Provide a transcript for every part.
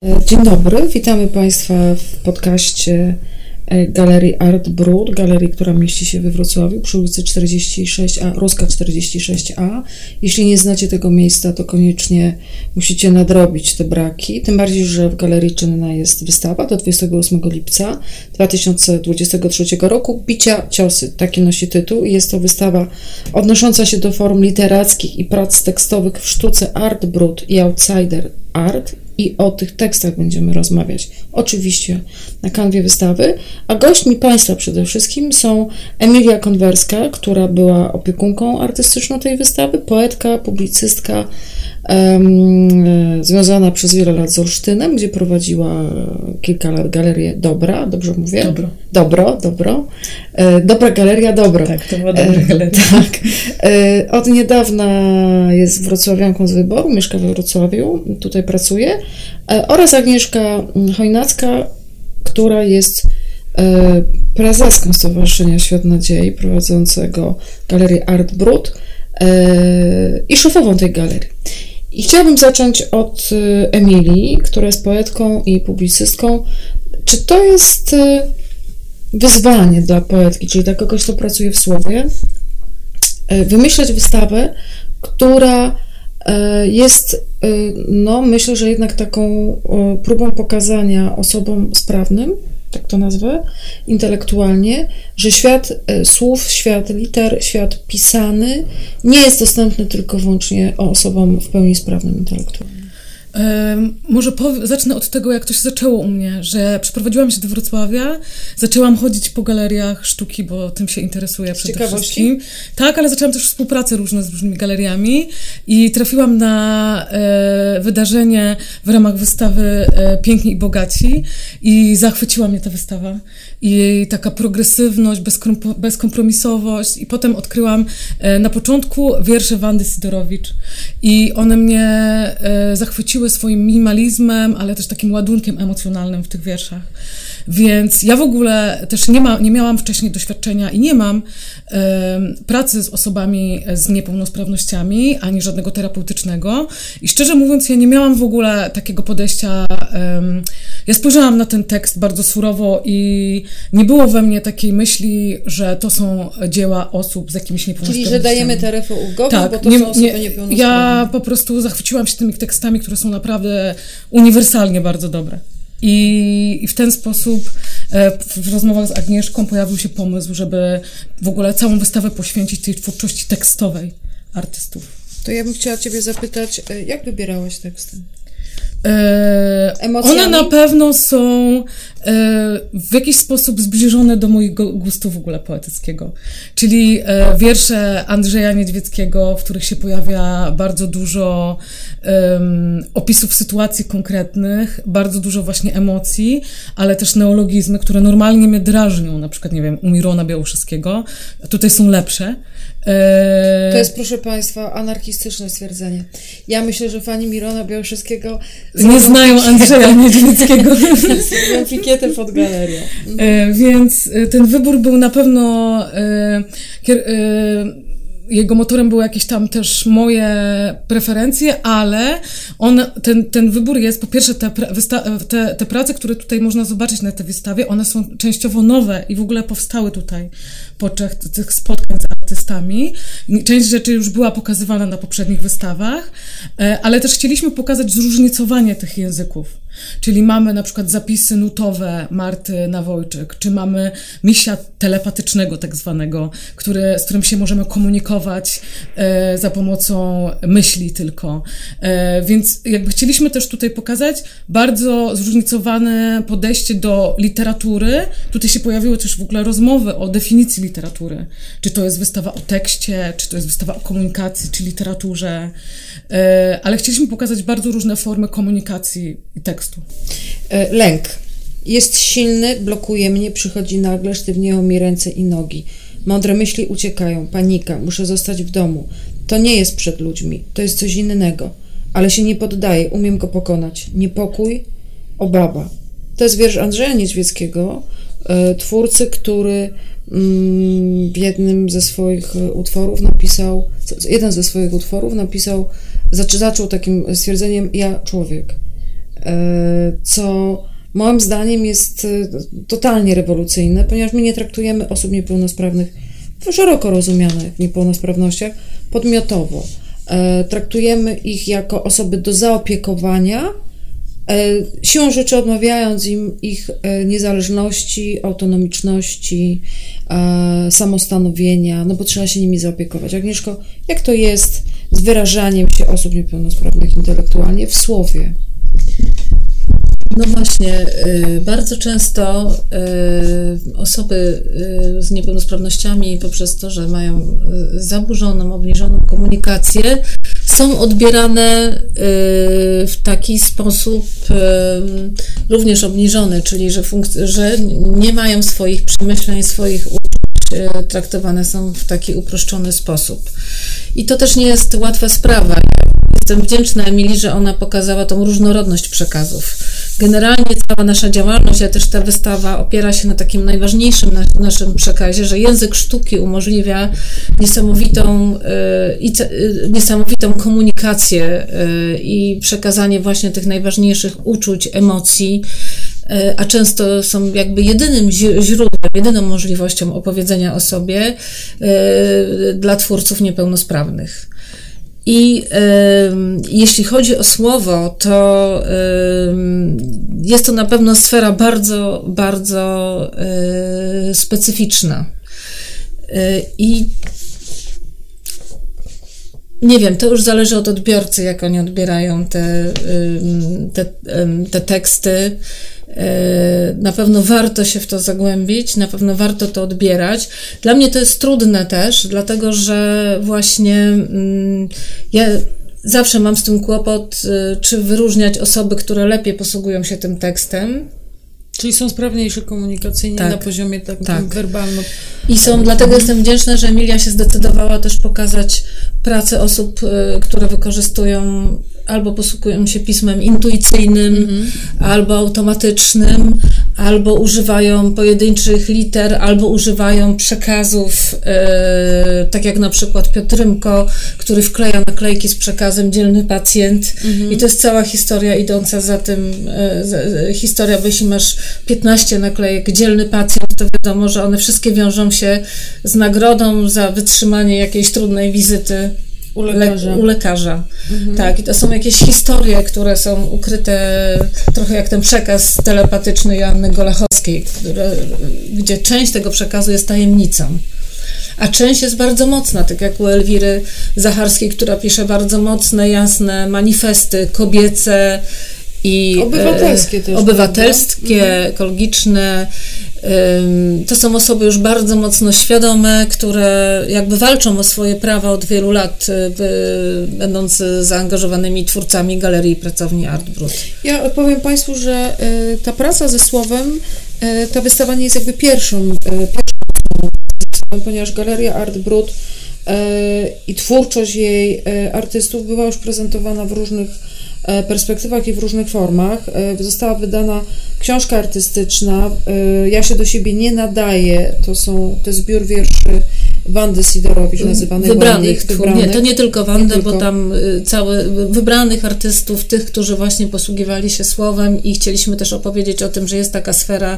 Dzień dobry, witamy Państwa w podcaście Galerii Art Brut, galerii, która mieści się we Wrocławiu przy ulicy 46A, Ruska 46A. Jeśli nie znacie tego miejsca, to koniecznie musicie nadrobić te braki, tym bardziej, że w galerii czynna jest wystawa do 28 lipca 2023 roku. Bicia ciosy, taki nosi tytuł. Jest to wystawa odnosząca się do form literackich i prac tekstowych w sztuce Art Brut i Outsider Art. I o tych tekstach będziemy rozmawiać, oczywiście na kanwie wystawy, a gośćmi Państwa przede wszystkim są Emilia Konwerska, która była opiekunką artystyczną tej wystawy, poetka, publicystka, związana przez wiele lat z Olsztynem, gdzie prowadziła kilka lat galerię Dobra, dobrze mówię? Dobro. Dobra Galeria Dobro. Tak, to była dobra galeria. Tak. Od niedawna jest wrocławianką z wyboru, mieszka we Wrocławiu, tutaj pracuje, oraz Agnieszka Chojnacka, która jest prezeską Stowarzyszenia Świat Nadziei, prowadzącego galerię Art Brut i szefową tej galerii. I chciałabym zacząć od Emilii, która jest poetką i publicystką. Czy to jest wyzwanie dla poetki, czyli dla kogoś, kto pracuje w słowie, wymyśleć wystawę, która jest, myślę, że jednak taką próbą pokazania osobom sprawnym, tak to nazwę, intelektualnie, że świat słów, świat liter, świat pisany nie jest dostępny tylko wyłącznie osobom w pełni sprawnym intelektualnie. Może zacznę od tego, jak to się zaczęło u mnie, że przeprowadziłam się do Wrocławia, zaczęłam chodzić po galeriach sztuki, bo tym się interesuję przede wszystkim. Tak, ale zaczęłam też współpracę różne z różnymi galeriami i trafiłam na wydarzenie w ramach wystawy Piękni i Bogaci i zachwyciła mnie ta wystawa. I jej taka progresywność, bezkompromisowość i potem odkryłam na początku wiersze Wandy Sidorowicz i one mnie zachwyciły swoim minimalizmem, ale też takim ładunkiem emocjonalnym w tych wierszach. Więc ja w ogóle też nie miałam wcześniej doświadczenia i nie mam pracy z osobami z niepełnosprawnościami, ani żadnego terapeutycznego. I szczerze mówiąc, ja nie miałam w ogóle takiego podejścia. Ja spojrzałam na ten tekst bardzo surowo i nie było we mnie takiej myśli, że to są dzieła osób z jakimiś niepełnosprawnościami. Czyli, że dajemy taryfę ulgową, tak, bo to są osoby niepełnosprawne. Ja po prostu zachwyciłam się tymi tekstami, które są naprawdę uniwersalnie bardzo dobre. I w ten sposób w rozmowach z Agnieszką pojawił się pomysł, żeby w ogóle całą wystawę poświęcić tej twórczości tekstowej artystów. To ja bym chciała Ciebie zapytać, jak wybierałaś teksty? One na pewno są w jakiś sposób zbliżone do mojego gustu w ogóle poetyckiego. Czyli wiersze Andrzeja Niedźwieckiego, w których się pojawia bardzo dużo opisów sytuacji konkretnych, bardzo dużo właśnie emocji, ale też neologizmy, które normalnie mnie drażnią, na przykład, nie wiem, u Mirona Białoszewskiego, a tutaj są lepsze. To jest, proszę Państwa, anarchistyczne stwierdzenie. Ja myślę, że fani Mirona Białoszewskiego nie znają Andrzeja Niedźwieckiego. Zrobią pikietę pod galerią. Więc ten wybór był na pewno... Jego motorem były jakieś tam też moje preferencje, ale ten wybór jest, po pierwsze, te prace, które tutaj można zobaczyć na tej wystawie, one są częściowo nowe i w ogóle powstały tutaj podczas tych spotkań z artystami. Część rzeczy już była pokazywana na poprzednich wystawach, ale też chcieliśmy pokazać zróżnicowanie tych języków. Czyli mamy na przykład zapisy nutowe Marty Nawojczyk, czy mamy misia telepatycznego tak zwanego, z którym się możemy komunikować za pomocą myśli tylko. Więc jakby chcieliśmy też tutaj pokazać bardzo zróżnicowane podejście do literatury. Tutaj się pojawiły też w ogóle rozmowy o definicji literatury. Czy to jest wystawa o tekście, czy to jest wystawa o komunikacji, czy literaturze. Ale chcieliśmy pokazać bardzo różne formy komunikacji i tekstu. Lęk. Jest silny, blokuje mnie, przychodzi nagle, sztywnieją mi ręce i nogi. Mądre myśli uciekają, panika, muszę zostać w domu. To nie jest przed ludźmi, to jest coś innego. Ale się nie poddaję, umiem go pokonać. Niepokój, obawa. To jest wiersz Andrzeja Niedźwieckiego, twórcy, który w jednym ze swoich utworów zaczął takim stwierdzeniem: ja człowiek. co moim zdaniem jest totalnie rewolucyjne, ponieważ my nie traktujemy osób niepełnosprawnych w szeroko rozumianych niepełnosprawnościach podmiotowo. Traktujemy ich jako osoby do zaopiekowania, siłą rzeczy odmawiając im ich niezależności, autonomiczności, samostanowienia, no bo trzeba się nimi zaopiekować. Agnieszko, jak to jest z wyrażaniem się osób niepełnosprawnych intelektualnie w słowie? No właśnie, bardzo często osoby z niepełnosprawnościami poprzez to, że mają zaburzoną, obniżoną komunikację, są odbierane w taki sposób również obniżony, czyli że nie mają swoich przemyśleń, swoich uczuć, traktowane są w taki uproszczony sposób. I to też nie jest łatwa sprawa. Jestem wdzięczna Emilii, że ona pokazała tą różnorodność przekazów. Generalnie cała nasza działalność, ale też ta wystawa opiera się na takim najważniejszym naszym przekazie, że język sztuki umożliwia niesamowitą komunikację i przekazanie właśnie tych najważniejszych uczuć, emocji, a często są jakby jedynym źródłem, jedyną możliwością opowiedzenia o sobie dla twórców niepełnosprawnych. I jeśli chodzi o słowo, to jest to na pewno sfera bardzo, bardzo specyficzna. I nie wiem, to już zależy od odbiorcy, jak oni odbierają te teksty. Na pewno warto się w to zagłębić, na pewno warto to odbierać. Dla mnie to jest trudne też, dlatego że właśnie ja zawsze mam z tym kłopot, czy wyróżniać osoby, które lepiej posługują się tym tekstem. Czyli są sprawniejsze komunikacyjnie na poziomie takim werbalnym. I dlatego jestem wdzięczna, że Emilia się zdecydowała też pokazać pracę osób, które wykorzystują albo posługują się pismem intuicyjnym, albo automatycznym, albo używają pojedynczych liter, albo używają przekazów, tak jak na przykład Piotr Rymko, który wkleja naklejki z przekazem dzielny pacjent. I to jest cała historia idąca za tym, historia, bo jeśli masz 15 naklejek dzielny pacjent, to wiadomo, że one wszystkie wiążą się z nagrodą za wytrzymanie jakiejś trudnej wizyty u lekarza. Tak, i to są jakieś historie, które są ukryte trochę jak ten przekaz telepatyczny Joanny Golachowskiej, gdzie część tego przekazu jest tajemnicą. A część jest bardzo mocna, tak jak u Elwiry Zacharskiej, która pisze bardzo mocne, jasne manifesty kobiece i obywatelskie też. Obywatelskie, ekologiczne. To są osoby już bardzo mocno świadome, które jakby walczą o swoje prawa od wielu lat, będąc zaangażowanymi twórcami galerii i pracowni Art Brut. Ja powiem Państwu, że ta praca ze słowem, ta wystawa nie jest jakby pierwszą, ponieważ galeria Art Brut i twórczość jej artystów była już prezentowana w różnych perspektywach i w różnych formach. Została wydana książka artystyczna Ja się do siebie nie nadaję. To zbiór wierszy Wandy Sidorowicz, nazywany wybranych. Nie, to nie tylko Wanda, bo tam wybranych artystów, tych, którzy właśnie posługiwali się słowem i chcieliśmy też opowiedzieć o tym, że jest taka sfera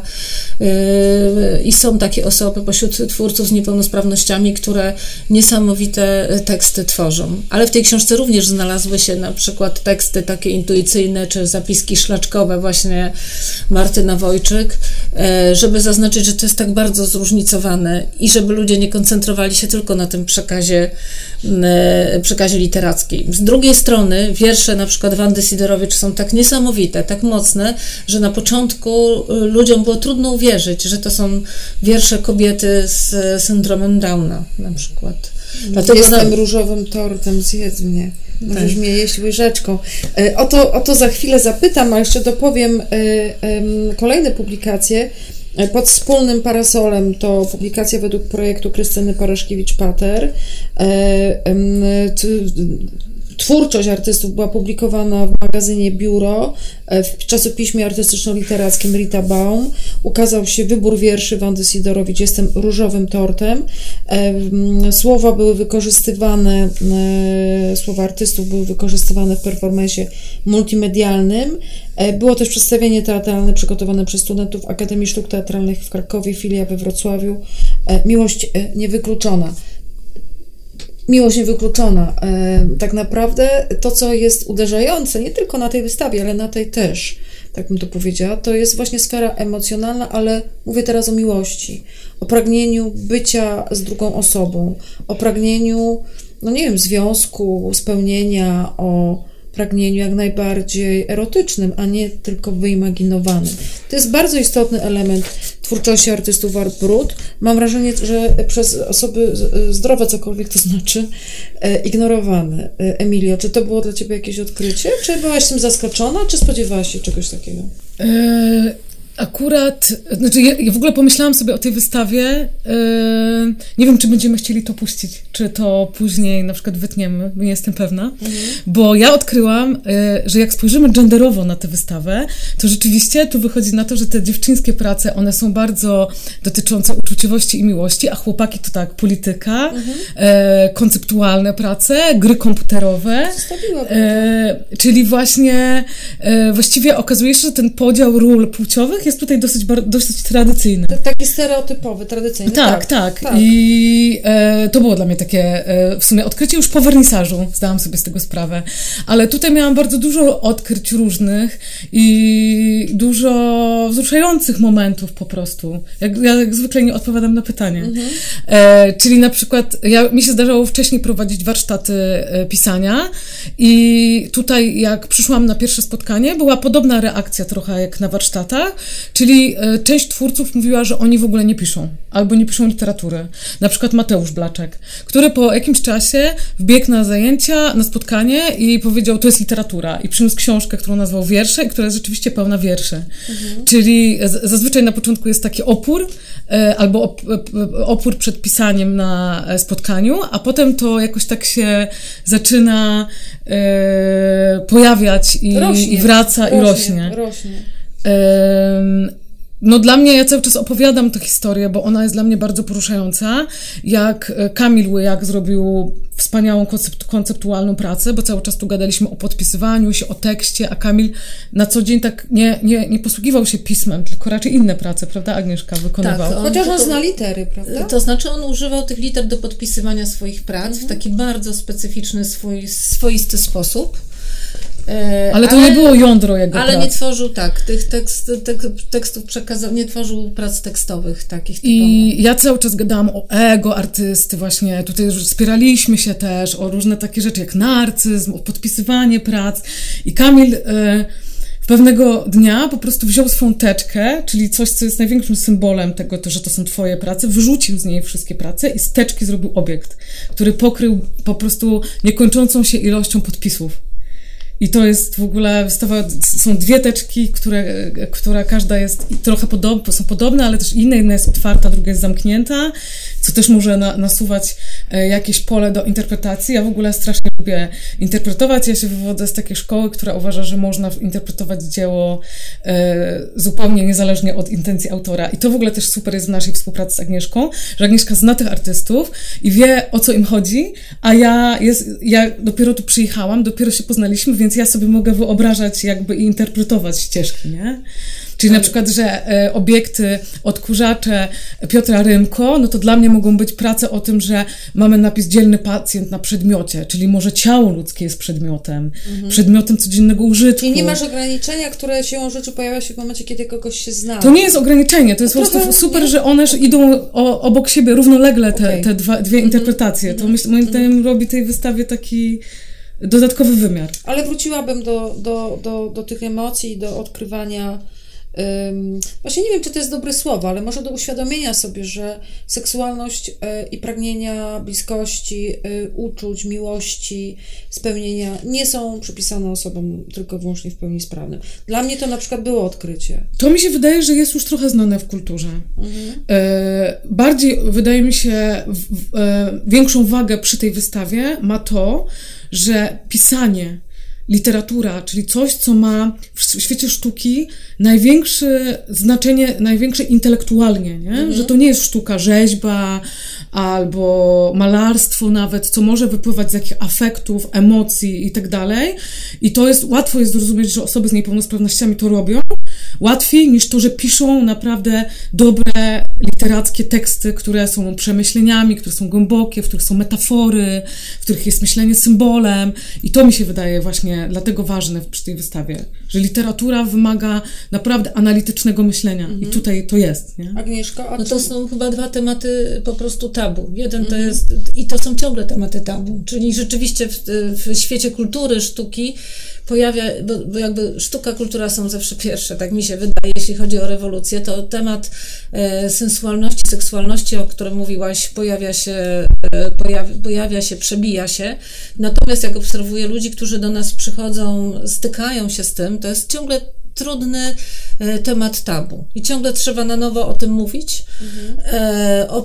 i są takie osoby pośród twórców z niepełnosprawnościami, które niesamowite teksty tworzą. Ale w tej książce również znalazły się na przykład teksty takie intuicyjne, czy zapiski szlaczkowe właśnie Martyna Wojczyk, żeby zaznaczyć, że to jest tak bardzo zróżnicowane i żeby ludzie nie koncentrowali się tylko na tym przekazie literackim. Z drugiej strony wiersze na przykład Wandy Sidorowicz są tak niesamowite, tak mocne, że na początku ludziom było trudno uwierzyć, że to są wiersze kobiety z syndromem Downa na przykład. Dlatego jestem różowym tortem, zjedz mnie. Możesz mnie jeść łyżeczką. O to za chwilę zapytam, a jeszcze dopowiem kolejne publikacje. Pod wspólnym parasolem to publikacja według projektu Krystyny Paraszkiewicz-Pater. twórczość artystów była publikowana w magazynie Biuro, w czasopiśmie artystyczno-literackim Rita Baum. Ukazał się wybór wierszy Wandy Sidorowicz "Jestem różowym tortem". Słowa były wykorzystywane, słowa artystów były wykorzystywane w performance'ie multimedialnym. Było też przedstawienie teatralne przygotowane przez studentów Akademii Sztuk Teatralnych w Krakowie, filia we Wrocławiu. Miłość niewykluczona. Miłość niewykluczona. Tak naprawdę to, co jest uderzające, nie tylko na tej wystawie, ale na tej też, tak bym to powiedziała, to jest właśnie sfera emocjonalna, ale mówię teraz o miłości, o pragnieniu bycia z drugą osobą, o pragnieniu, no nie wiem, związku, spełnienia, o pragnieniu jak najbardziej erotycznym, a nie tylko wyimaginowanym. To jest bardzo istotny element twórczości artystów Art Brut. Mam wrażenie, że przez osoby zdrowe, cokolwiek to znaczy, ignorowane. Emilio, czy to było dla Ciebie jakieś odkrycie? Czy byłaś tym zaskoczona, czy spodziewałaś się czegoś takiego? Akurat, znaczy ja w ogóle pomyślałam sobie o tej wystawie, nie wiem, czy będziemy chcieli to puścić, czy to później na przykład wytniemy, bo nie jestem pewna, bo ja odkryłam, że jak spojrzymy genderowo na tę wystawę, to rzeczywiście tu wychodzi na to, że te dziewczyńskie prace, one są bardzo dotyczące uczuciowości i miłości, a chłopaki to tak, polityka, konceptualne prace, gry komputerowe, czyli właśnie właściwie okazuje się, że ten podział ról płciowych jest tutaj dosyć tradycyjny. Taki stereotypowy, tradycyjny. Tak. I to było dla mnie takie w sumie odkrycie już po wernisażu, zdałam sobie z tego sprawę. Ale tutaj miałam bardzo dużo odkryć różnych i dużo wzruszających momentów po prostu. Ja jak zwykle nie odpowiadam na pytanie. Czyli na przykład mi się zdarzało wcześniej prowadzić warsztaty pisania i tutaj jak przyszłam na pierwsze spotkanie, była podobna reakcja trochę jak na warsztatach, czyli część twórców mówiła, że oni w ogóle nie piszą, albo nie piszą literatury. Na przykład Mateusz Blaczek, który po jakimś czasie wbiegł na zajęcia, na spotkanie i powiedział, to jest literatura. I przyniósł książkę, którą nazwał Wiersze i która jest rzeczywiście pełna wierszy. Czyli zazwyczaj na początku jest taki opór, albo opór przed pisaniem na spotkaniu, a potem to jakoś tak się zaczyna pojawiać i wraca i rośnie. No dla mnie, ja cały czas opowiadam tę historię, bo ona jest dla mnie bardzo poruszająca, jak Kamil Łyjak zrobił wspaniałą konceptualną pracę, bo cały czas tu gadaliśmy o podpisywaniu się, o tekście, a Kamil na co dzień tak nie posługiwał się pismem, tylko raczej inne prace, prawda, Agnieszka, wykonywał? Tak, chociaż on zna litery, prawda? To znaczy on używał tych liter do podpisywania swoich prac w taki bardzo specyficzny, swoisty sposób. Ale to nie było jądro jego Ale prac. nie tworzył tych tekstów przekazał, nie tworzył prac tekstowych takich typowo. I ja cały czas gadałam o ego artysty właśnie, tutaj już wspieraliśmy się też o różne takie rzeczy jak narcyzm, o podpisywanie prac i Kamil pewnego dnia po prostu wziął swą teczkę, czyli coś, co jest największym symbolem tego, że to są twoje prace, wyrzucił z niej wszystkie prace i z teczki zrobił obiekt, który pokrył po prostu niekończącą się ilością podpisów. I to jest w ogóle wystawa, są dwie teczki, która każda jest trochę są podobne, ale też inne. Jedna jest otwarta, druga jest zamknięta, co też może nasuwać jakieś pole do interpretacji. Ja w ogóle strasznie lubię interpretować. Ja się wywodzę z takiej szkoły, która uważa, że można interpretować dzieło zupełnie niezależnie od intencji autora. I to w ogóle też super jest w naszej współpracy z Agnieszką, że Agnieszka zna tych artystów i wie, o co im chodzi, a ja dopiero tu przyjechałam, dopiero się poznaliśmy, więc ja sobie mogę wyobrażać jakby i interpretować ścieżki, nie? Czyli na przykład, że obiekty, odkurzacze Piotra Rymko, no to dla mnie mogą być prace o tym, że mamy napis dzielny pacjent na przedmiocie, czyli może ciało ludzkie jest przedmiotem codziennego użytku. Czyli nie masz ograniczenia, które siłą rzeczy pojawia się w momencie, kiedy kogoś się zna. To nie jest ograniczenie, to jest po prostu super, że one idą obok siebie równolegle te dwie interpretacje. To moim zdaniem robi tej wystawie taki dodatkowy wymiar. Ale wróciłabym do tych emocji, do odkrywania właśnie nie wiem, czy to jest dobre słowo, ale może do uświadomienia sobie, że seksualność i pragnienia bliskości, uczuć, miłości, spełnienia nie są przypisane osobom tylko i wyłącznie w pełni sprawnym. Dla mnie to na przykład było odkrycie. To mi się wydaje, że jest już trochę znane w kulturze. Bardziej, wydaje mi się, większą wagę przy tej wystawie ma to, że pisanie, literatura, czyli coś, co ma w świecie sztuki największe znaczenie, największe intelektualnie, nie? Że to nie jest sztuka, rzeźba albo malarstwo nawet, co może wypływać z jakichś afektów, emocji i tak dalej. I to jest, łatwo jest zrozumieć, że osoby z niepełnosprawnościami to robią, łatwiej niż to, że piszą naprawdę dobre, literackie teksty, które są przemyśleniami, które są głębokie, w których są metafory, w których jest myślenie symbolem. I to mi się wydaje właśnie dlatego ważne przy tej wystawie, że literatura wymaga naprawdę analitycznego myślenia. I tutaj to jest. Nie? Agnieszka, no to są chyba dwa tematy po prostu tabu. Jeden to jest, i to są ciągle tematy tabu, czyli rzeczywiście w świecie kultury, sztuki pojawia, bo jakby sztuka, kultura są zawsze pierwsze, tak mi się wydaje, jeśli chodzi o rewolucję, to temat sensualności, seksualności, o którym mówiłaś, pojawia się, przebija się. Natomiast jak obserwuję ludzi, którzy do nas przychodzą, stykają się z tym, to jest ciągle trudny temat tabu. I ciągle trzeba na nowo o tym mówić, o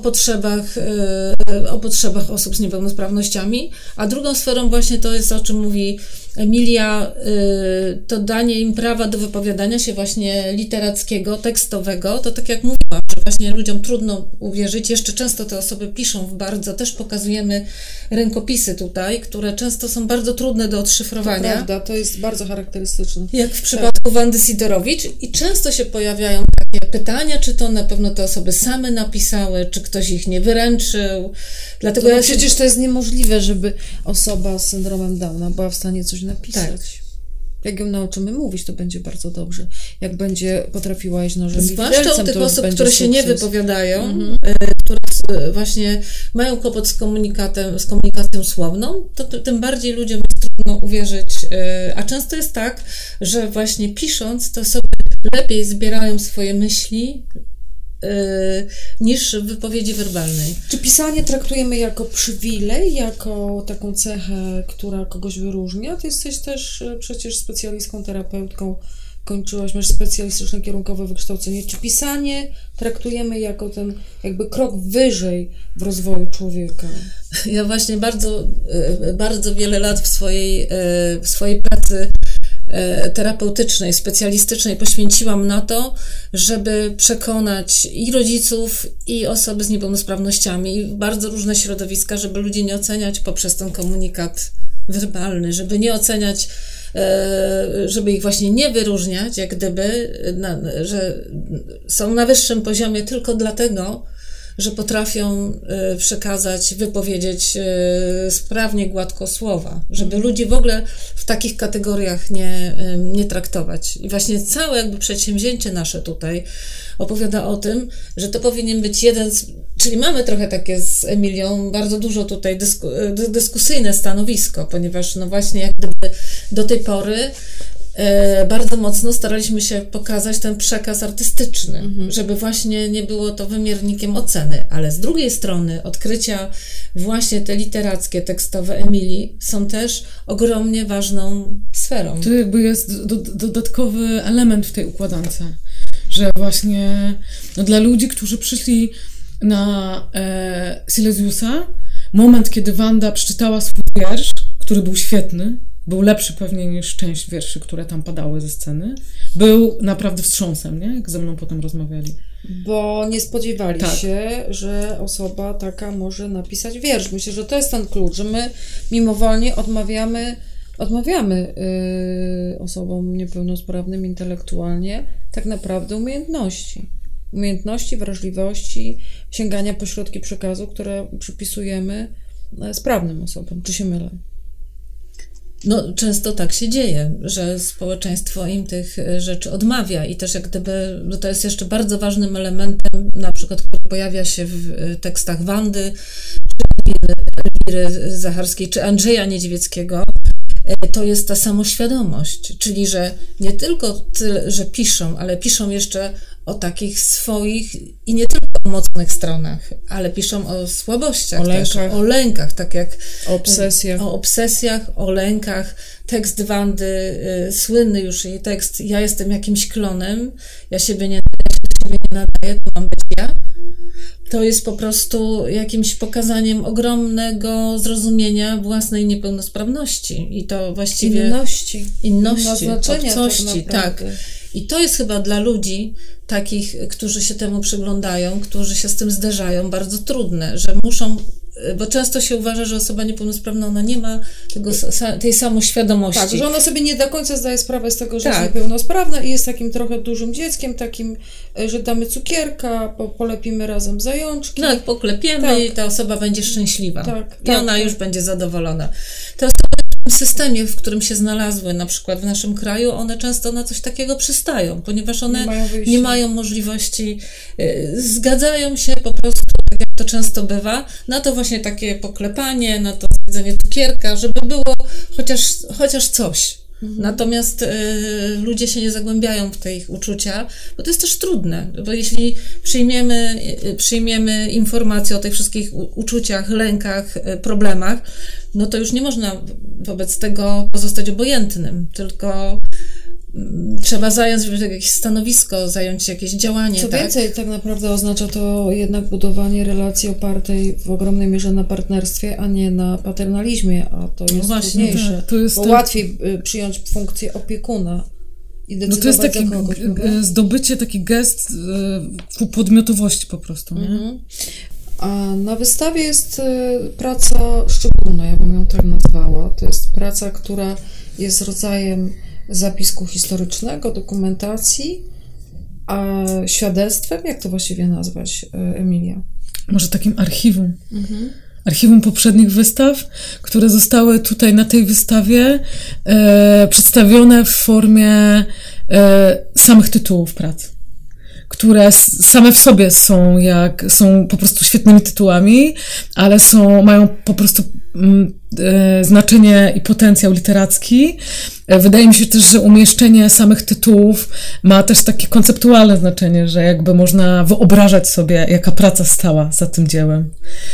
potrzebach osób z niepełnosprawnościami, a drugą sferą właśnie to jest, o czym mówi Emilia, to danie im prawa do wypowiadania się właśnie literackiego, tekstowego, to tak jak mówiłam, że właśnie ludziom trudno uwierzyć, jeszcze często te osoby piszą też pokazujemy rękopisy tutaj, które często są bardzo trudne do odszyfrowania. To prawda, to jest bardzo charakterystyczne. Jak w przypadku Wandy Sidorowicz i często się pojawiają takie pytania, czy to na pewno te osoby same napisały, czy ktoś ich nie wyręczył. Dlatego przecież to jest niemożliwe, żeby osoba z syndromem Downa była w stanie coś napisać. Tak. Jak ją nauczymy mówić, to będzie bardzo dobrze. Jak będzie potrafiła iść nożem i widelcem, zwłaszcza u tych osób, które sukces. się nie wypowiadają, które właśnie mają kłopot z komunikacją słowną, to tym bardziej ludziom jest trudno uwierzyć. A często jest tak, że właśnie pisząc, to osoby lepiej zbierają swoje myśli niż w wypowiedzi werbalnej. Czy pisanie traktujemy jako przywilej, jako taką cechę, która kogoś wyróżnia? Ty jesteś też przecież specjalistką, terapeutką, masz specjalistyczne kierunkowe wykształcenie. Czy pisanie traktujemy jako ten jakby krok wyżej w rozwoju człowieka? Ja właśnie bardzo wiele lat w swojej pracy terapeutycznej, specjalistycznej poświęciłam na to, żeby przekonać i rodziców, i osoby z niepełnosprawnościami, i bardzo różne środowiska, żeby ludzi nie oceniać poprzez ten komunikat werbalny, żeby nie oceniać, żeby ich właśnie nie wyróżniać, jak gdyby, że są na wyższym poziomie tylko dlatego, że potrafią przekazać, wypowiedzieć sprawnie, gładko słowa, żeby ludzi w ogóle w takich kategoriach nie traktować. I właśnie całe jakby przedsięwzięcie nasze tutaj opowiada o tym, że to powinien być czyli mamy trochę takie z Emilią bardzo dużo tutaj dyskusyjne stanowisko, ponieważ no właśnie jak gdyby do tej pory bardzo mocno staraliśmy się pokazać ten przekaz artystyczny, żeby właśnie nie było to wymiernikiem oceny, ale z drugiej strony odkrycia właśnie te literackie, tekstowe Emilii są też ogromnie ważną sferą. To jakby jest dodatkowy element w tej układance, że właśnie dla ludzi, którzy przyszli na Silesiusa, moment, kiedy Wanda przeczytała swój wiersz, który był świetny, był lepszy pewnie niż część wierszy, które tam padały ze sceny, był naprawdę wstrząsem, nie? Jak ze mną potem rozmawiali. Bo nie spodziewali się, że osoba taka może napisać wiersz. Myślę, że to jest ten klucz, że my mimowolnie odmawiamy osobom niepełnosprawnym intelektualnie tak naprawdę umiejętności, wrażliwości, sięgania po środki przekazu, które przypisujemy sprawnym osobom. Czy się mylę? No, często tak się dzieje, że społeczeństwo im tych rzeczy odmawia i też jak gdyby, no to jest jeszcze bardzo ważnym elementem, na przykład, który pojawia się w tekstach Wandy, czy Elwiry Zacharskiej, czy Andrzeja Niedźwieckiego, to jest ta samoświadomość, czyli że nie tylko tyle, że piszą, ale piszą jeszcze o takich swoich i nie tylko o mocnych stronach, ale piszą o słabościach też, o lękach, tak jak o obsesjach, o lękach. Tekst Wandy, słynny już jej tekst, ja jestem jakimś klonem, ja siebie nie nadaję, to mam być ja. To jest po prostu jakimś pokazaniem ogromnego zrozumienia własnej niepełnosprawności i to właściwie inności, obcości, tak. I to jest chyba dla ludzi takich, którzy się temu przyglądają, którzy się z tym zderzają, bardzo trudne, że muszą, bo często się uważa, że osoba niepełnosprawna, ona nie ma tej samoświadomości. Tak, że ona sobie nie do końca zdaje sprawę z tego, że jest niepełnosprawna i jest takim trochę dużym dzieckiem, takim, że damy cukierka, polepimy razem zajączki. No, poklepiemy i ta osoba będzie szczęśliwa. I ona już będzie zadowolona. Te osoby w systemie, w którym się znalazły, na przykład w naszym kraju, one często na coś takiego przystają, ponieważ one nie mają możliwości, zgadzają się po prostu, tak jak to często bywa, na to właśnie takie poklepanie, na to zjedzenie cukierka, żeby było chociaż coś. Natomiast ludzie się nie zagłębiają w te ich uczucia, bo to jest też trudne, bo jeśli przyjmiemy informacje o tych wszystkich uczuciach, lękach, problemach, no to już nie można wobec tego pozostać obojętnym, tylko trzeba zająć jakieś stanowisko, zająć jakieś działanie. Co więcej, tak naprawdę oznacza to jednak budowanie relacji opartej w ogromnej mierze na partnerstwie, a nie na paternalizmie, a to jest trudniejsze, bo łatwiej przyjąć funkcję opiekuna i decydować to jest taki zdobycie, taki gest ku podmiotowości po prostu, nie? A na wystawie jest praca szczególna, ja bym ją tak nazwała. To jest praca, która jest rodzajem zapisku historycznego, dokumentacji, a świadectwem, jak to właściwie nazwać, Emilia? Może takim archiwum. Archiwum poprzednich wystaw, które zostały tutaj na tej wystawie przedstawione w formie samych tytułów prac, które same w sobie są po prostu świetnymi tytułami, ale mają po prostu znaczenie i potencjał literacki. Wydaje mi się też, że umieszczenie samych tytułów ma też takie konceptualne znaczenie, że jakby można wyobrażać sobie, jaka praca stała za tym dziełem.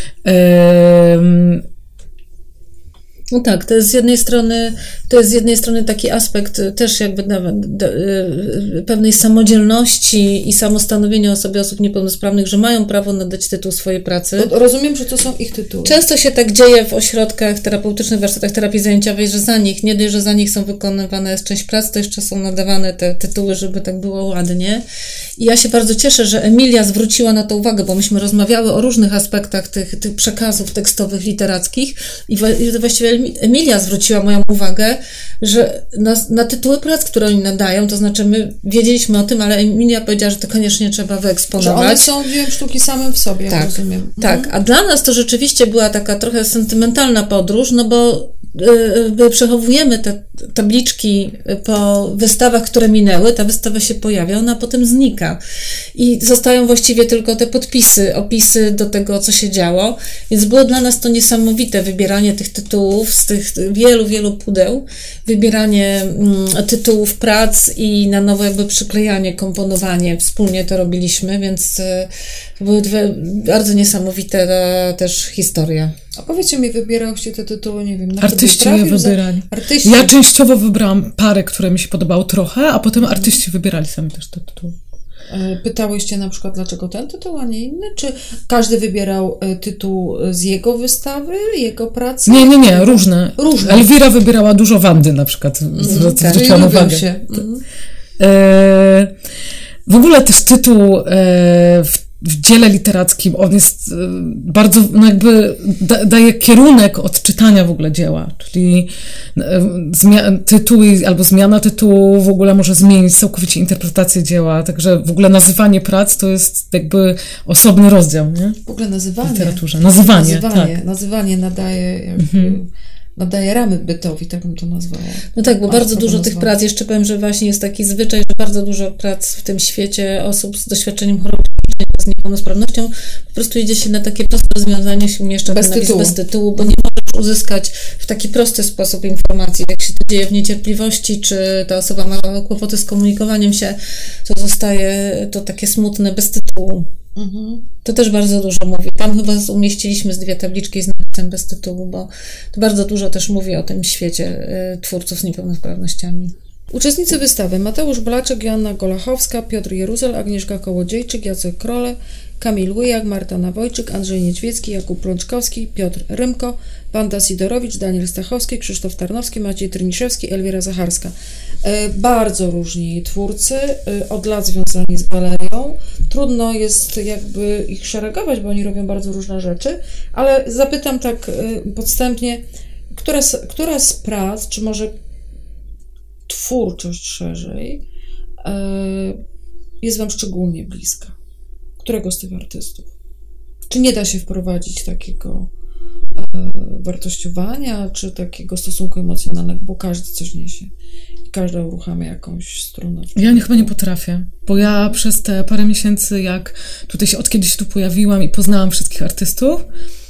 No tak, to jest z jednej strony taki aspekt też jakby pewnej samodzielności i samostanowienia o sobie osób niepełnosprawnych, że mają prawo nadać tytuł swojej pracy. Rozumiem, że to są ich tytuły. Często się tak dzieje w ośrodkach terapeutycznych, warsztatach terapii zajęciowej, że nie dość, że za nich są wykonywane jest część prac, to jeszcze są nadawane te tytuły, żeby tak było ładnie. I ja się bardzo cieszę, że Emilia zwróciła na to uwagę, bo myśmy rozmawiały o różnych aspektach tych przekazów tekstowych, literackich i właściwie Emilia zwróciła moją uwagę, że na tytuły prac, które oni nadają, to znaczy my wiedzieliśmy o tym, ale Emilia powiedziała, że to koniecznie trzeba wyeksponować. Że one są dwie sztuki samym w sobie, jak rozumiem. Tak, a dla nas to rzeczywiście była taka trochę sentymentalna podróż, no bo przechowujemy te tabliczki po wystawach, które minęły, ta wystawa się pojawia, ona potem znika i zostają właściwie tylko te podpisy, opisy do tego, co się działo, więc było dla nas to niesamowite wybieranie tych tytułów z tych wielu pudeł, wybieranie tytułów prac i na nowo jakby przyklejanie, komponowanie, wspólnie to robiliśmy, więc to były bardzo niesamowite też historie. A powiedzcie mi, wybierałyście te tytuły, nie wiem, na artyści je wybierali. Ja częściowo wybrałam parę, które mi się podobały trochę, a potem artyści wybierali sami też te tytuły. Pytałyście na przykład, dlaczego ten tytuł, a nie inny? Czy każdy wybierał tytuł z jego wystawy, jego pracy? Nie, różne. Elwira wybierała dużo Wandy na przykład. Zwróciłam uwagę. W ogóle też tytuł w dziele literackim, on jest bardzo, jakby daje kierunek odczytania w ogóle dzieła, czyli tytuł albo zmiana tytułu w ogóle może zmienić całkowicie interpretację dzieła, także w ogóle nazywanie prac to jest jakby osobny rozdział, nie? W ogóle nazywanie. W literaturze. Nazywanie nadaje nadaje ramy bytowi, tak bym to nazwała. No tak, bo bardzo dużo tych prac, jeszcze powiem, że właśnie jest taki zwyczaj, że bardzo dużo prac w tym świecie osób z doświadczeniem choroby, z niepełnosprawnością, po prostu idzie się na takie proste rozwiązanie, się umieszcza bez tytułu, bo nie może uzyskać w taki prosty sposób informacji, jak się to dzieje w niecierpliwości, czy ta osoba ma kłopoty z komunikowaniem się, to zostaje to takie smutne, bez tytułu. To też bardzo dużo mówi. Tam chyba umieściliśmy z 2 tabliczki z napisem bez tytułu, bo to bardzo dużo też mówi o tym świecie twórców z niepełnosprawnościami. Uczestnicy wystawy: Mateusz Blaczek, Joanna Golachowska, Piotr Jeruzel, Agnieszka Kołodziejczyk, Jacek Krole, Kamil Łyjak, Marta Nawojczyk, Andrzej Niedźwiecki, Jakub Prączkowski, Piotr Rymko, Wanda Sidorowicz, Daniel Stachowski, Krzysztof Tarnowski, Maciej Tryniszewski, Elwiera Zacharska. Bardzo różni twórcy, od lat związani z galerią. Trudno jest jakby ich szeregować, bo oni robią bardzo różne rzeczy, ale zapytam tak podstępnie, która z prac, czy może twórczość szerzej, jest Wam szczególnie bliska? Którego z tych artystów? Czy nie da się wprowadzić takiego wartościowania, czy takiego stosunku emocjonalnego, bo każdy coś niesie i każda uruchamia jakąś strunę? Ja chyba nie potrafię, bo ja przez te parę miesięcy, jak tutaj się od kiedyś tu pojawiłam i poznałam wszystkich artystów,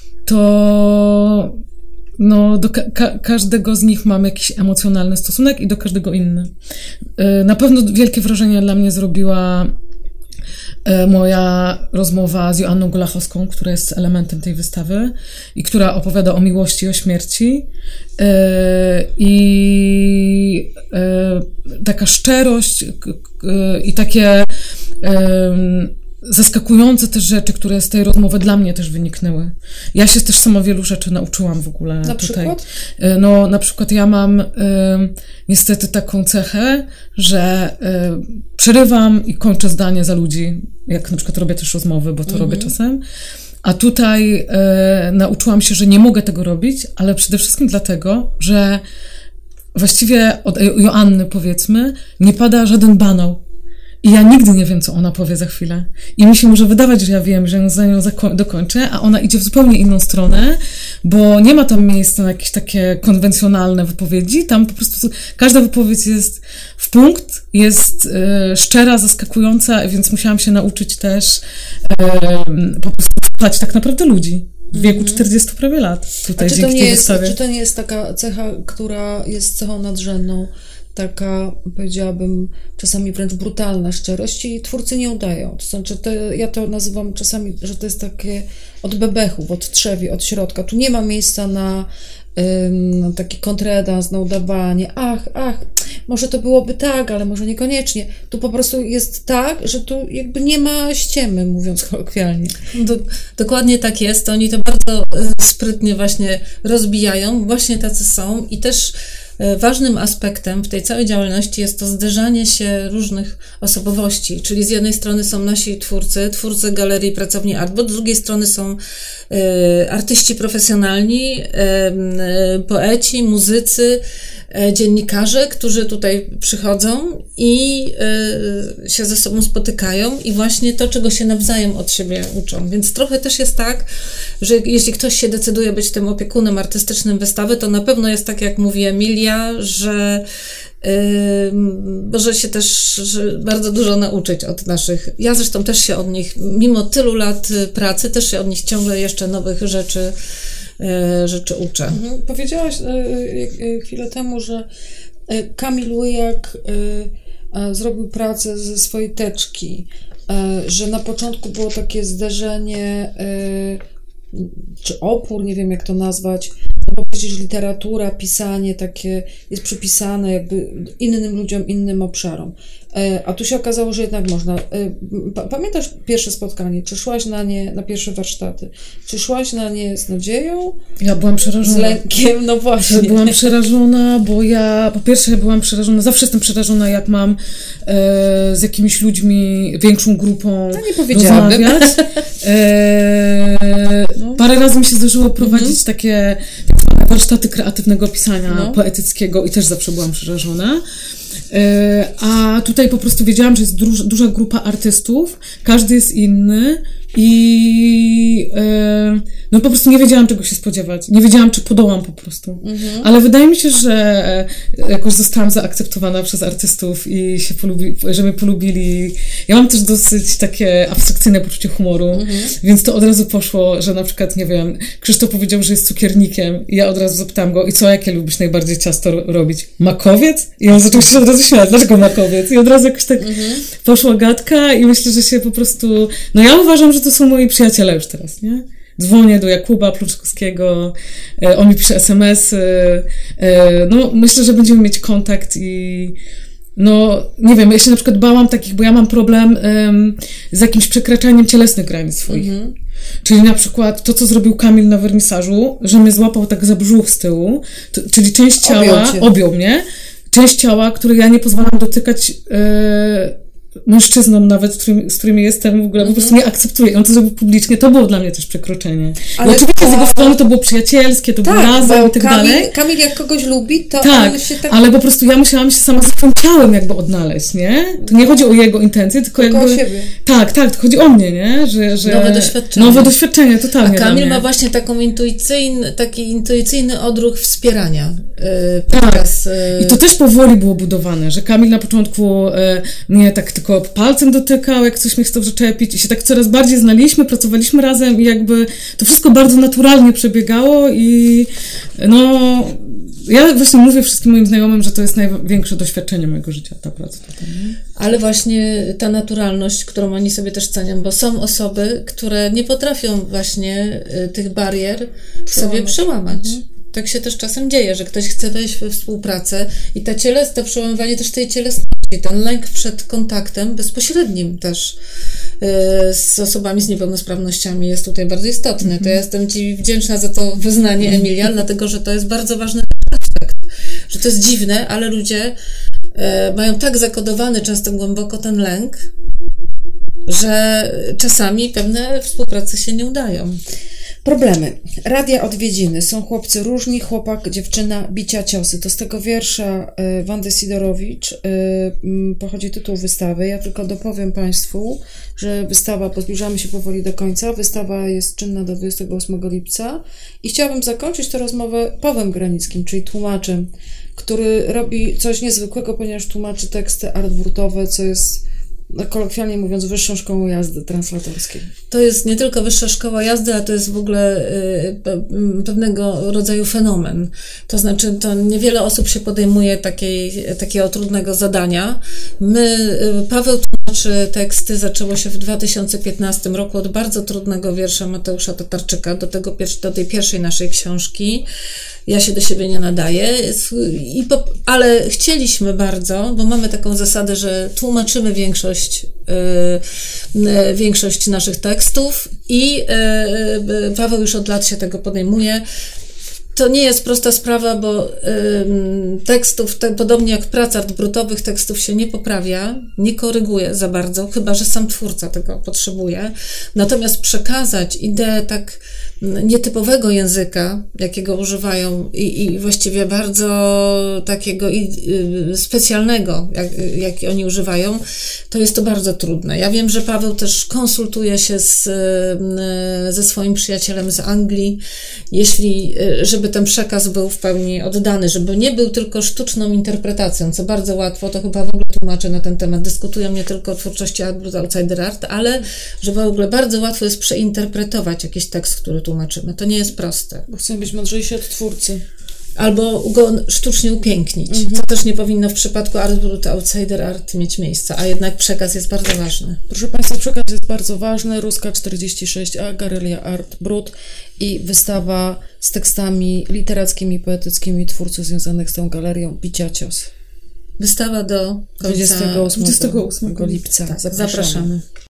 to do każdego z nich mam jakiś emocjonalny stosunek i do każdego inny. Na pewno wielkie wrażenie dla mnie zrobiła moja rozmowa z Joanną Golachowską, która jest elementem tej wystawy i która opowiada o miłości i o śmierci. I taka szczerość i takie zaskakujące też rzeczy, które z tej rozmowy dla mnie też wyniknęły. Ja się też sama wielu rzeczy nauczyłam w ogóle na tutaj. Przykład? Na przykład ja mam niestety taką cechę, że przerywam i kończę zdanie za ludzi, jak na przykład robię też rozmowy, bo to robię czasem. A tutaj nauczyłam się, że nie mogę tego robić, ale przede wszystkim dlatego, że właściwie od Joanny, powiedzmy, nie pada żaden banał. I ja nigdy nie wiem, co ona powie za chwilę. I mi się może wydawać, że ja wiem, że ją za nią dokończę, a ona idzie w zupełnie inną stronę, bo nie ma tam miejsca na jakieś takie konwencjonalne wypowiedzi. Tam po prostu każda wypowiedź jest w punkt, jest szczera, zaskakująca, więc musiałam się nauczyć też po prostu słuchać tak naprawdę ludzi. W wieku 40 prawie lat. Tutaj dzięki tej wystawie. Czy to nie jest taka cecha, która jest cechą nadrzędną? Taka, powiedziałabym, czasami wręcz brutalna szczerość i twórcy nie udają. To znaczy, ja to nazywam czasami, że to jest takie od bebechów, od trzewi, od środka. Tu nie ma miejsca na taki kontredans, na udawanie. Ach, może to byłoby tak, ale może niekoniecznie. Tu po prostu jest tak, że tu jakby nie ma ściemy, mówiąc kolokwialnie. Dokładnie tak jest. Oni to bardzo sprytnie właśnie rozbijają. Właśnie tacy są i też ważnym aspektem w tej całej działalności jest to zderzanie się różnych osobowości, czyli z jednej strony są nasi twórcy galerii Pracowni Art, bo z drugiej strony są artyści profesjonalni, poeci, muzycy, dziennikarze, którzy tutaj przychodzą i się ze sobą spotykają i właśnie to, czego się nawzajem od siebie uczą. Więc trochę też jest tak, że jeśli ktoś się decyduje być tym opiekunem artystycznym wystawy, to na pewno jest tak, jak mówi Emilia, że może się też bardzo dużo nauczyć od naszych. Ja zresztą też się od nich, mimo tylu lat pracy, też się od nich ciągle jeszcze nowych rzeczy uczę. Powiedziałaś chwilę temu, że Kamil Łyjak zrobił pracę ze swojej teczki, że na początku było takie zderzenie, czy opór, nie wiem jak to nazwać, bo przecież literatura, pisanie takie jest przypisane jakby innym ludziom, innym obszarom. A tu się okazało, że jednak można. Pamiętasz pierwsze spotkanie? Czy szłaś na nie, na pierwsze warsztaty? Czy szłaś na nie z nadzieją? Ja byłam przerażona. Z lękiem, no właśnie. Byłam przerażona, bo ja po pierwsze byłam przerażona, zawsze jestem przerażona, jak mam z jakimiś ludźmi, większą grupą rozmawiać. Parę razy mi się zdarzyło prowadzić takie warsztaty kreatywnego pisania poetyckiego i też zawsze byłam przerażona. A tutaj po prostu wiedziałam, że jest duża grupa artystów, każdy jest inny i no po prostu nie wiedziałam, czego się spodziewać. Nie wiedziałam, czy podołam po prostu. Ale wydaje mi się, że jakoś zostałam zaakceptowana przez artystów i się że mnie polubili. Ja mam też dosyć takie abstrakcyjne poczucie humoru, więc to od razu poszło, że na przykład, nie wiem, Krzysztof powiedział, że jest cukiernikiem i ja od razu zapytałam go, i co, jakie lubisz najbardziej ciasto robić? Makowiec? I on zaczął się od razu śmiać, dlaczego makowiec? I od razu jakoś tak poszła gadka i myślę, że się po prostu... No ja uważam, że to są moi przyjaciele już teraz, nie? Dzwonię do Jakuba Pluczkowskiego, on mi pisze SMS-y, no myślę, że będziemy mieć kontakt i no nie wiem, ja się na przykład bałam takich, bo ja mam problem z jakimś przekraczaniem cielesnych granic swoich. Czyli na przykład to, co zrobił Kamil na wernisażu, że mnie złapał tak za brzuch z tyłu, czyli część ciała, objął mnie, część ciała, której ja nie pozwalam dotykać mężczyznom nawet, z którymi jestem w ogóle, po prostu nie akceptuję. On to zrobił publicznie, to było dla mnie też przekroczenie. Ale oczywiście z jego strony to było przyjacielskie, to było razem i tak dalej. Kamil jak kogoś lubi, to tak, się tak... ale po prostu ja musiałam się sama swoim ciałem jakby odnaleźć, nie? To nie chodzi o jego intencje, tylko jakby... o siebie. Tak, to chodzi o mnie, nie? Że... Nowe doświadczenie, totalnie. A Kamil ma właśnie taki intuicyjny odruch wspierania. Tak. I to też powoli było budowane, że Kamil na początku mnie tak tylko palcem dotykał, jak coś mnie chciał zaczepić i się tak coraz bardziej znaliśmy, pracowaliśmy razem i jakby to wszystko bardzo naturalnie przebiegało i no ja właśnie mówię wszystkim moim znajomym, że to jest największe doświadczenie mojego życia, ta praca tutaj. Ale właśnie ta naturalność, którą oni sobie też cenią, bo są osoby, które nie potrafią właśnie tych barier sobie przełamać. Tak się też czasem dzieje, że ktoś chce wejść we współpracę i to przełamywanie też tej cielesności, ten lęk przed kontaktem bezpośrednim też z osobami z niepełnosprawnościami jest tutaj bardzo istotny. To ja jestem Ci wdzięczna za to wyznanie, Emilia, dlatego, że to jest bardzo ważny aspekt, że to jest dziwne, ale ludzie mają tak zakodowany często głęboko ten lęk, że czasami pewne współprace się nie udają. Problemy. Radia odwiedziny. Są chłopcy różni, chłopak, dziewczyna, bicia ciosy. To z tego wiersza Wandy Sidorowicz pochodzi tytuł wystawy. Ja tylko dopowiem Państwu, że wystawa, bo zbliżamy się powoli do końca, wystawa jest czynna do 28 lipca i chciałabym zakończyć tę rozmowę Pawłem Granickim, czyli tłumaczem, który robi coś niezwykłego, ponieważ tłumaczy teksty artwurtowe, co jest kolokwialnie mówiąc, wyższą szkołą jazdy translatorskiej. To jest nie tylko wyższa szkoła jazdy, a to jest w ogóle pewnego rodzaju fenomen. To znaczy, to niewiele osób się podejmuje takiego trudnego zadania. Paweł tłumaczy teksty, zaczęło się w 2015 roku od bardzo trudnego wiersza Mateusza Tatarczyka do tej pierwszej naszej książki. Ja się do siebie nie nadaję, ale chcieliśmy bardzo, bo mamy taką zasadę, że tłumaczymy większość naszych tekstów i Paweł już od lat się tego podejmuje. To nie jest prosta sprawa, bo tekstów, podobnie jak prac artbrutowych, tekstów się nie poprawia, nie koryguje za bardzo, chyba że sam twórca tego potrzebuje. Natomiast przekazać ideę tak nietypowego języka, jakiego używają i właściwie bardzo takiego specjalnego, jaki oni używają, to jest to bardzo trudne. Ja wiem, że Paweł też konsultuje się ze swoim przyjacielem z Anglii, żeby ten przekaz był w pełni oddany, żeby nie był tylko sztuczną interpretacją, co bardzo łatwo, to chyba w ogóle tłumacze na ten temat dyskutują nie tylko o twórczości Outsider Art, ale że w ogóle bardzo łatwo jest przeinterpretować jakiś tekst, który tłumaczymy. To nie jest proste. Bo chcemy być mądrzejsi od twórcy. Albo go sztucznie upięknić, co też nie powinno w przypadku Outsider Art mieć miejsca, a jednak przekaz jest bardzo ważny. Proszę Państwa, przekaz jest bardzo ważny. Ruska 46A, Galeria Art Brut i wystawa z tekstami literackimi, poetyckimi twórców związanych z tą galerią Bicia cios. Wystawa do końca 28 lipca. Tak, zapraszamy.